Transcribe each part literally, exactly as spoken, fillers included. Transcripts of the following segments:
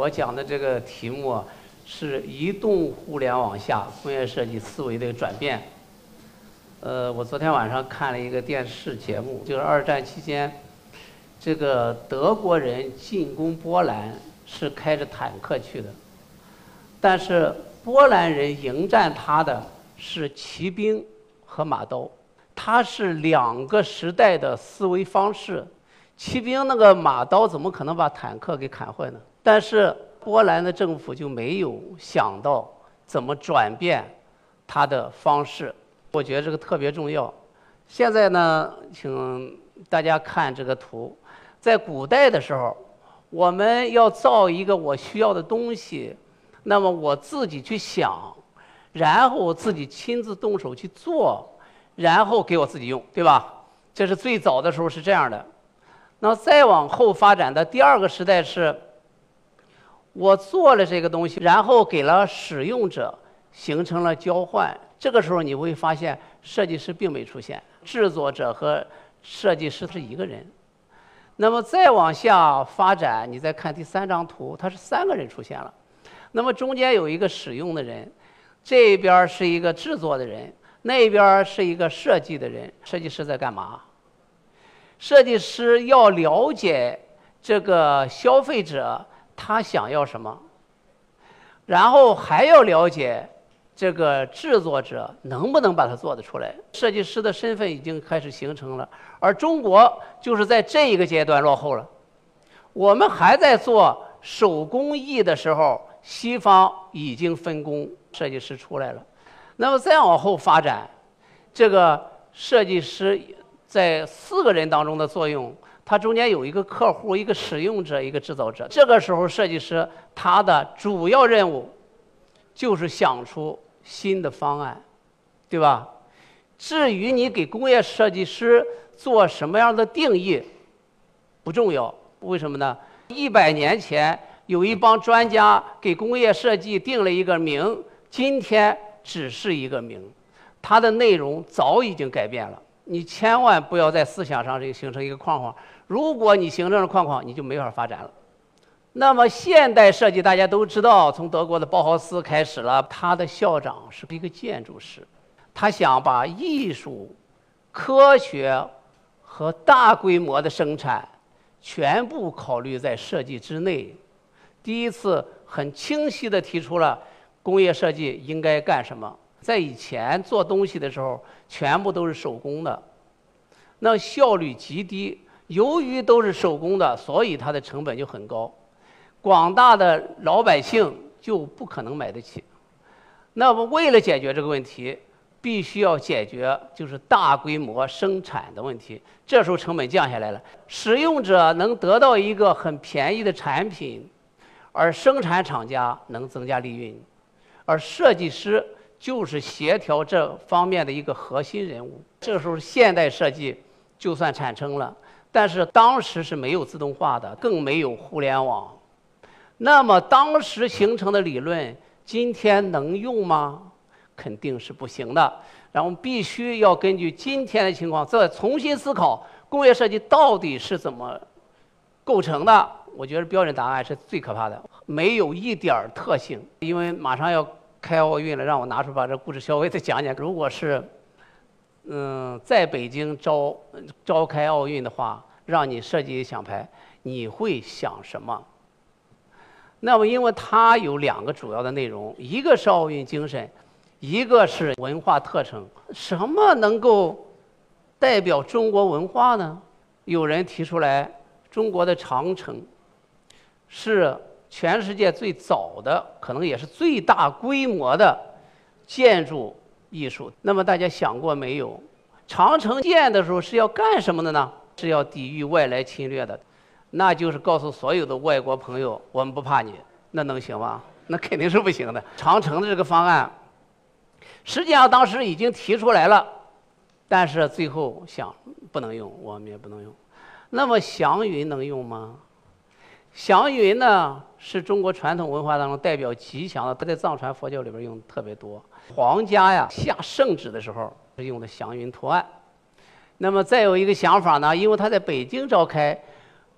我讲的这个题目啊，是移动互联网下工业设计思维的转变。呃，我昨天晚上看了一个电视节目，就是二战期间，这个德国人进攻波兰是开着坦克去的，但是波兰人迎战他的是骑兵和马刀，它是两个时代的思维方式。骑兵那个马刀怎么可能把坦克给砍坏呢？但是波兰的政府就没有想到怎么转变它的方式，我觉得这个特别重要。现在呢，请大家看这个图，在古代的时候，我们要造一个我需要的东西，那么我自己去想，然后我自己亲自动手去做，然后给我自己用，对吧？这是最早的时候是这样的。那再往后发展的第二个时代是，我做了这个东西，然后给了使用者，形成了交换。这个时候你会发现，设计师并没出现，制作者和设计师是一个人。那么再往下发展，你再看第三张图，它是三个人出现了。那么中间有一个使用的人，这边是一个制作的人，那边是一个设计的人。设计师在干嘛？设计师要了解这个消费者他想要什么，然后还要了解这个制作者能不能把它做得出来。设计师的身份已经开始形成了，而中国就是在这一个阶段落后了。我们还在做手工艺的时候，西方已经分工，设计师出来了。那么再往后发展，这个设计师在四个人当中的作用，它中间有一个客户、一个使用者、一个制造者。这个时候，设计师他的主要任务就是想出新的方案，对吧？至于你给工业设计师做什么样的定义，不重要。为什么呢？一百年前有一帮专家给工业设计定了一个名，今天只是一个名，它的内容早已经改变了。你千万不要在思想上这个形成一个框框，如果你形成了框框，你就没法发展了。那么现代设计大家都知道，从德国的包豪斯开始了，他的校长是一个建筑师，他想把艺术、科学和大规模的生产全部考虑在设计之内。第一次很清晰地提出了工业设计应该干什么。在以前做东西的时候，全部都是手工的，那效率极低。由于都是手工的，所以它的成本就很高，广大的老百姓就不可能买得起。那么为了解决这个问题，必须要解决就是大规模生产的问题。这时候成本降下来了，使用者能得到一个很便宜的产品，而生产厂家能增加利润，而设计师就是协调这方面的一个核心人物。这个时候现代设计就算产生了，但是当时是没有自动化的，更没有互联网。那么当时形成的理论今天能用吗？肯定是不行的。然后必须要根据今天的情况再重新思考工业设计到底是怎么构成的。我觉得标准答案是最可怕的，没有一点特性。因为马上要开奥运了，让我拿出把这故事稍微再讲讲。如果是，嗯，在北京召召开奥运的话，让你设计奖牌，你会想什么？那么，因为它有两个主要的内容，一个是奥运精神，一个是文化特征。什么能够代表中国文化呢？有人提出来，中国的长城是全世界最早的，可能也是最大规模的建筑艺术。那么大家想过没有，长城建的时候是要干什么的呢？是要抵御外来侵略的，那就是告诉所有的外国朋友，我们不怕你。那能行吗？那肯定是不行的。长城的这个方案，实际上当时已经提出来了，但是最后想不能用，我们也不能用。那么祥云能用吗？祥云呢，是中国传统文化当中代表吉祥的，它在藏传佛教里边用的特别多。皇家呀下圣旨的时候是用的祥云图案。那么再有一个想法呢，因为它在北京召开，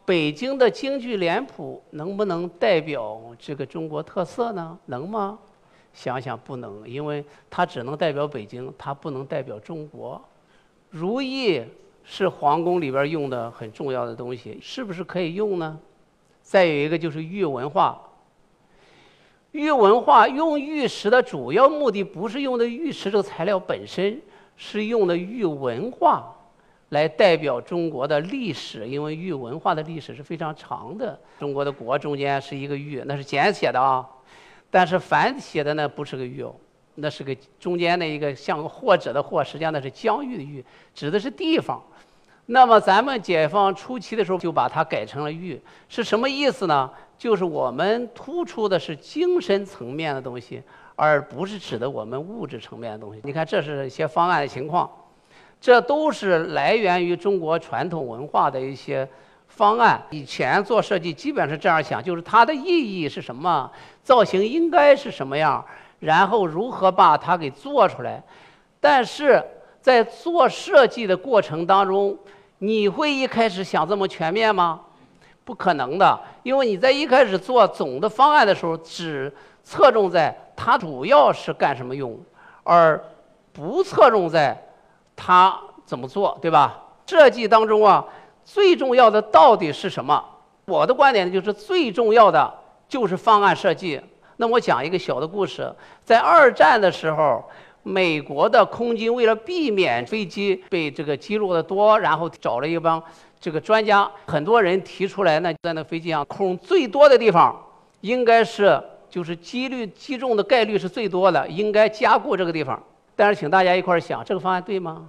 北京的京剧脸谱能不能代表这个中国特色呢？能吗？想想不能，因为它只能代表北京，它不能代表中国。如意是皇宫里边用的很重要的东西，是不是可以用呢？再有一个就是玉文化。玉文化用玉石的主要目的不是用的玉石这个材料本身，是用的玉文化来代表中国的历史，因为玉文化的历史是非常长的。中国的国中间是一个玉，那是简写的啊，但是繁写的呢不是个玉哦，那是个中间的一个像或者的或，实际上那是疆域的域，指的是地方。那么咱们解放初期的时候就把它改成了域，是什么意思呢？就是我们突出的是精神层面的东西，而不是指的我们物质层面的东西。你看，这是一些方案的情况，这都是来源于中国传统文化的一些方案。以前做设计基本是这样想，就是它的意义是什么，造型应该是什么样，然后如何把它给做出来。但是在做设计的过程当中，你会一开始想这么全面吗？不可能的，因为你在一开始做总的方案的时候，只侧重在它主要是干什么用，而不侧重在它怎么做，对吧？设计当中啊，最重要的到底是什么？我的观点就是最重要的就是方案设计。那么我讲一个小的故事，在二战的时候，美国的空军为了避免飞机被这个击落的多，然后找了一帮这个专家，很多人提出来，那在那飞机上空最多的地方，应该是就是几率击中的概率是最多的，应该加固这个地方。但是请大家一块儿想，这个方案对吗？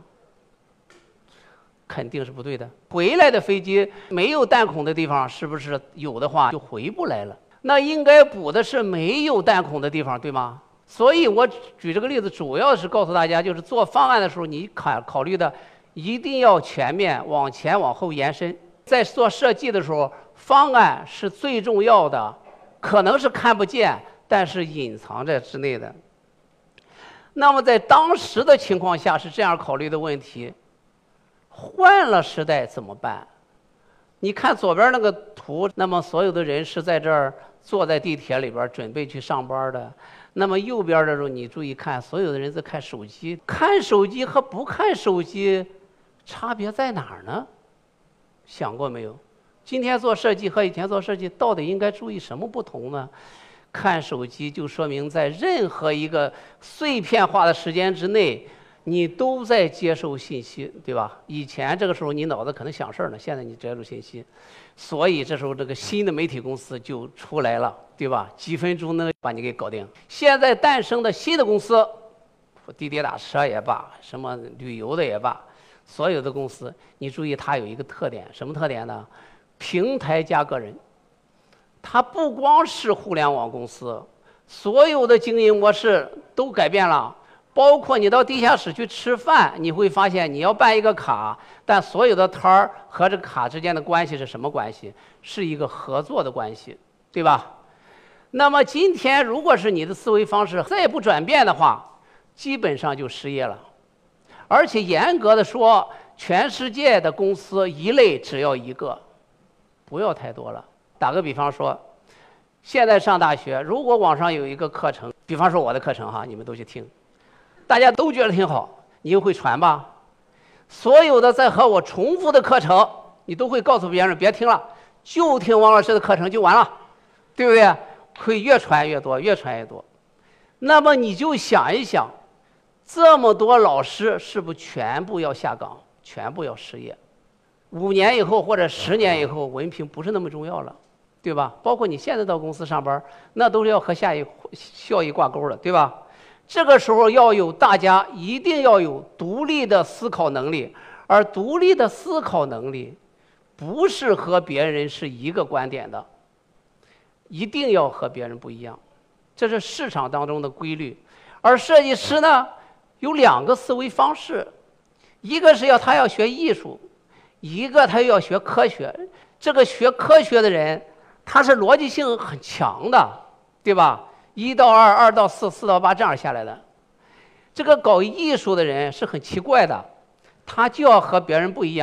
肯定是不对的。回来的飞机没有弹孔的地方，是不是有的话就回不来了？那应该补的是没有弹孔的地方，对吗？所以我举这个例子，主要是告诉大家，就是做方案的时候，你考考虑的一定要全面，往前往后延伸。在做设计的时候，方案是最重要的，可能是看不见，但是隐藏在之内的。那么在当时的情况下是这样考虑的问题，换了时代怎么办？你看左边那个图，那么所有的人是在这儿坐在地铁里边准备去上班的。那么右边的时候，你注意看，所有的人在看手机。看手机和不看手机差别在哪儿呢？想过没有？今天做设计和以前做设计到底应该注意什么不同呢？看手机就说明在任何一个碎片化的时间之内，你都在接受信息，对吧？以前这个时候你脑子可能想事儿呢，现在你接受信息，所以这时候这个新的媒体公司就出来了，对吧？几分钟能把你给搞定。现在诞生的新的公司，滴滴打车也罢，什么旅游的也罢，所有的公司，你注意它有一个特点，什么特点呢？平台加个人。它不光是互联网公司，所有的经营模式都改变了。包括你到地下室去吃饭，你会发现你要办一个卡，但所有的摊儿和这个卡之间的关系是什么关系？是一个合作的关系，对吧？那么今天如果是你的思维方式再不转变的话，基本上就失业了。而且严格的说，全世界的公司一类只要一个，不要太多了。打个比方说，现在上大学，如果网上有一个课程，比方说我的课程哈，你们都去听。大家都觉得挺好，你就会传吧。所有的在和我重复的课程，你都会告诉别人别听了，就听王老师的课程就完了，对不对？会越传越多，越传越多。那么你就想一想，这么多老师是不是全部要下岗，全部要失业？五年以后或者十年以后，文凭不是那么重要了，对吧？包括你现在到公司上班，那都是要和下一效益挂钩的，对吧？这个时候要有大家一定要有独立的思考能力，而独立的思考能力不是和别人是一个观点的，一定要和别人不一样，这是市场当中的规律。而设计师呢，有两个思维方式，一个是要他要学艺术，一个他要学科学。这个学科学的人，他是逻辑性很强的，对吧？一到二，二到四，四到八这样下来的。这个搞艺术的人是很奇怪的，他就要和别人不一样，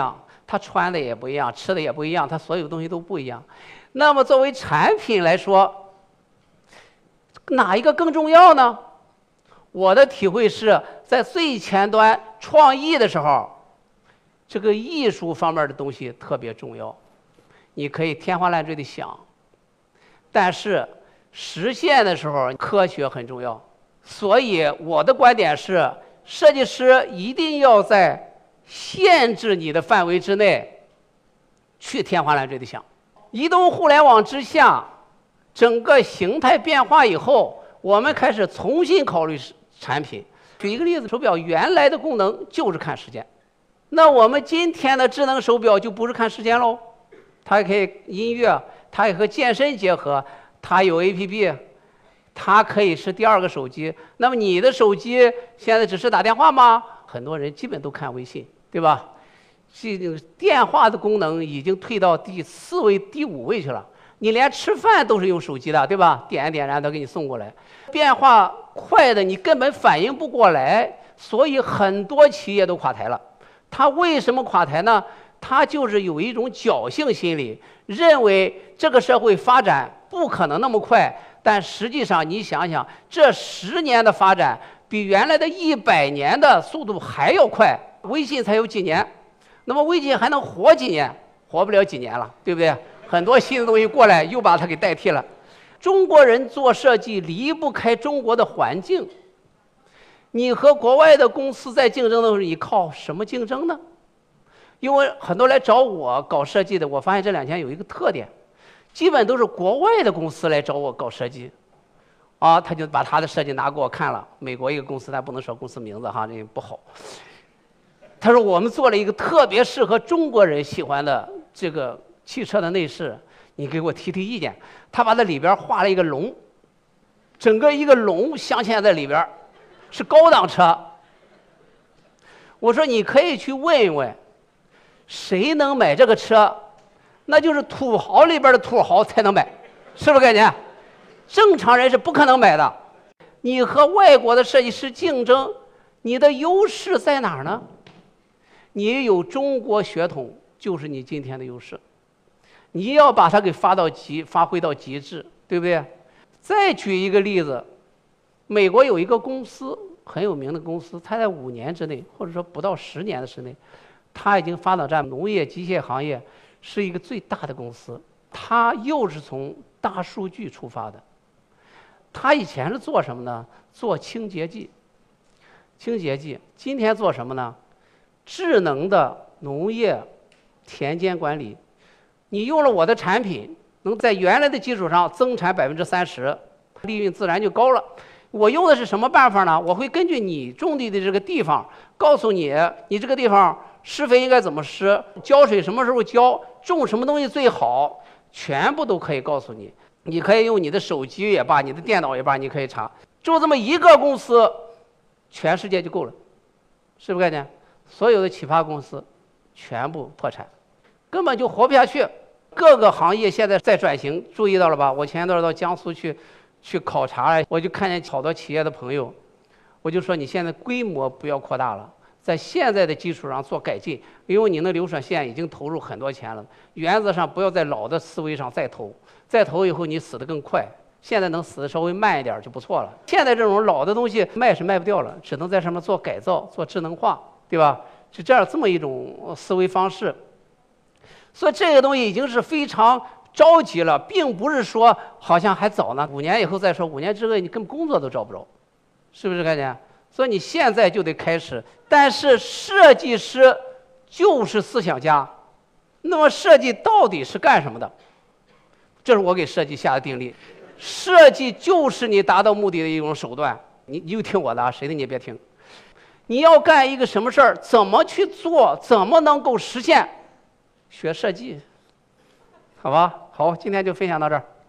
他穿的也不一样，吃的也不一样，他所有东西都不一样。那么作为产品来说，哪一个更重要呢？我的体会是在最前端创意的时候，这个艺术方面的东西特别重要，你可以天花乱坠的想，但是实现的时候科学很重要。所以我的观点是，设计师一定要在限制你的范围之内去天花乱坠的想。移动互联网之下，整个形态变化以后，我们开始重新考虑产品。举一个例子，手表原来的功能就是看时间，那我们今天的智能手表就不是看时间喽，它也可以音乐，它也和健身结合，它有 A P P， 它可以是第二个手机。那么你的手机现在只是打电话吗？很多人基本都看微信，对吧？这个电话的功能已经退到第四位、第五位去了。你连吃饭都是用手机的，对吧？点点燃都给你送过来，变化快的你根本反应不过来，所以很多企业都垮台了。它为什么垮台呢？它就是有一种侥幸心理，认为这个社会发展不可能那么快。但实际上，你想想，这十年的发展比原来的一百年的速度还要快。微信才有几年，那么微信还能活几年？活不了几年了，对不对？很多新的东西过来，又把它给代替了。中国人做设计离不开中国的环境。你和国外的公司在竞争的时候，你靠什么竞争呢？因为很多来找我搞设计的，我发现这两天有一个特点，基本都是国外的公司来找我搞设计，啊，他就把他的设计拿给我看了。美国一个公司，他不能说公司名字哈，这个不好。他说我们做了一个特别适合中国人喜欢的这个汽车的内饰，你给我提提意见。他把它里边画了一个龙，整个一个龙镶嵌在里边，是高档车。我说你可以去问一问，谁能买这个车？那就是土豪里边的土豪才能买，是不是概念？正常人是不可能买的。你和外国的设计师竞争，你的优势在哪儿呢？你有中国血统，就是你今天的优势。你要把它给发到极，发挥到极致，对不对？再举一个例子，美国有一个公司很有名的公司，它在五年之内，或者说不到十年的时内，它已经发展在农业机械行业，是一个最大的公司。它又是从大数据出发的。它以前是做什么呢？做清洁剂。清洁剂，今天做什么呢？智能的农业田间管理。你用了我的产品，能在原来的基础上增产百分之三十，利润自然就高了。我用的是什么办法呢？我会根据你种地的这个地方，告诉你你这个地方施肥应该怎么施，浇水什么时候浇，种什么东西最好，全部都可以告诉你。你可以用你的手机也罢，你的电脑也罢，你可以查。就这么一个公司，全世界就够了，是不是概念？所有的奇葩公司全部破产，根本就活不下去。各个行业现在在转型，注意到了吧？我前一段到江苏去去考察，我就看见好多企业的朋友，我就说你现在规模不要扩大了，在现在的基础上做改进，因为你那流水线已经投入很多钱了，原则上不要在老的思维上再投，再投以后你死得更快。现在能死得稍微慢一点就不错了。现在这种老的东西卖是卖不掉了，只能在上面做改造、做智能化，对吧？是这样这么一种思维方式。所以这个东西已经是非常着急了，并不是说好像还早呢，五年以后再说，五年之内你根本工作都找不着，是不是概念？所以你现在就得开始。但是设计师就是思想家，那么设计到底是干什么的？这是我给设计下的定义。设计就是你达到目的的一种手段。你你就听我的啊，谁的你也别听。你要干一个什么事儿，怎么去做，怎么能够实现？学设计，好吧？好，今天就分享到这儿。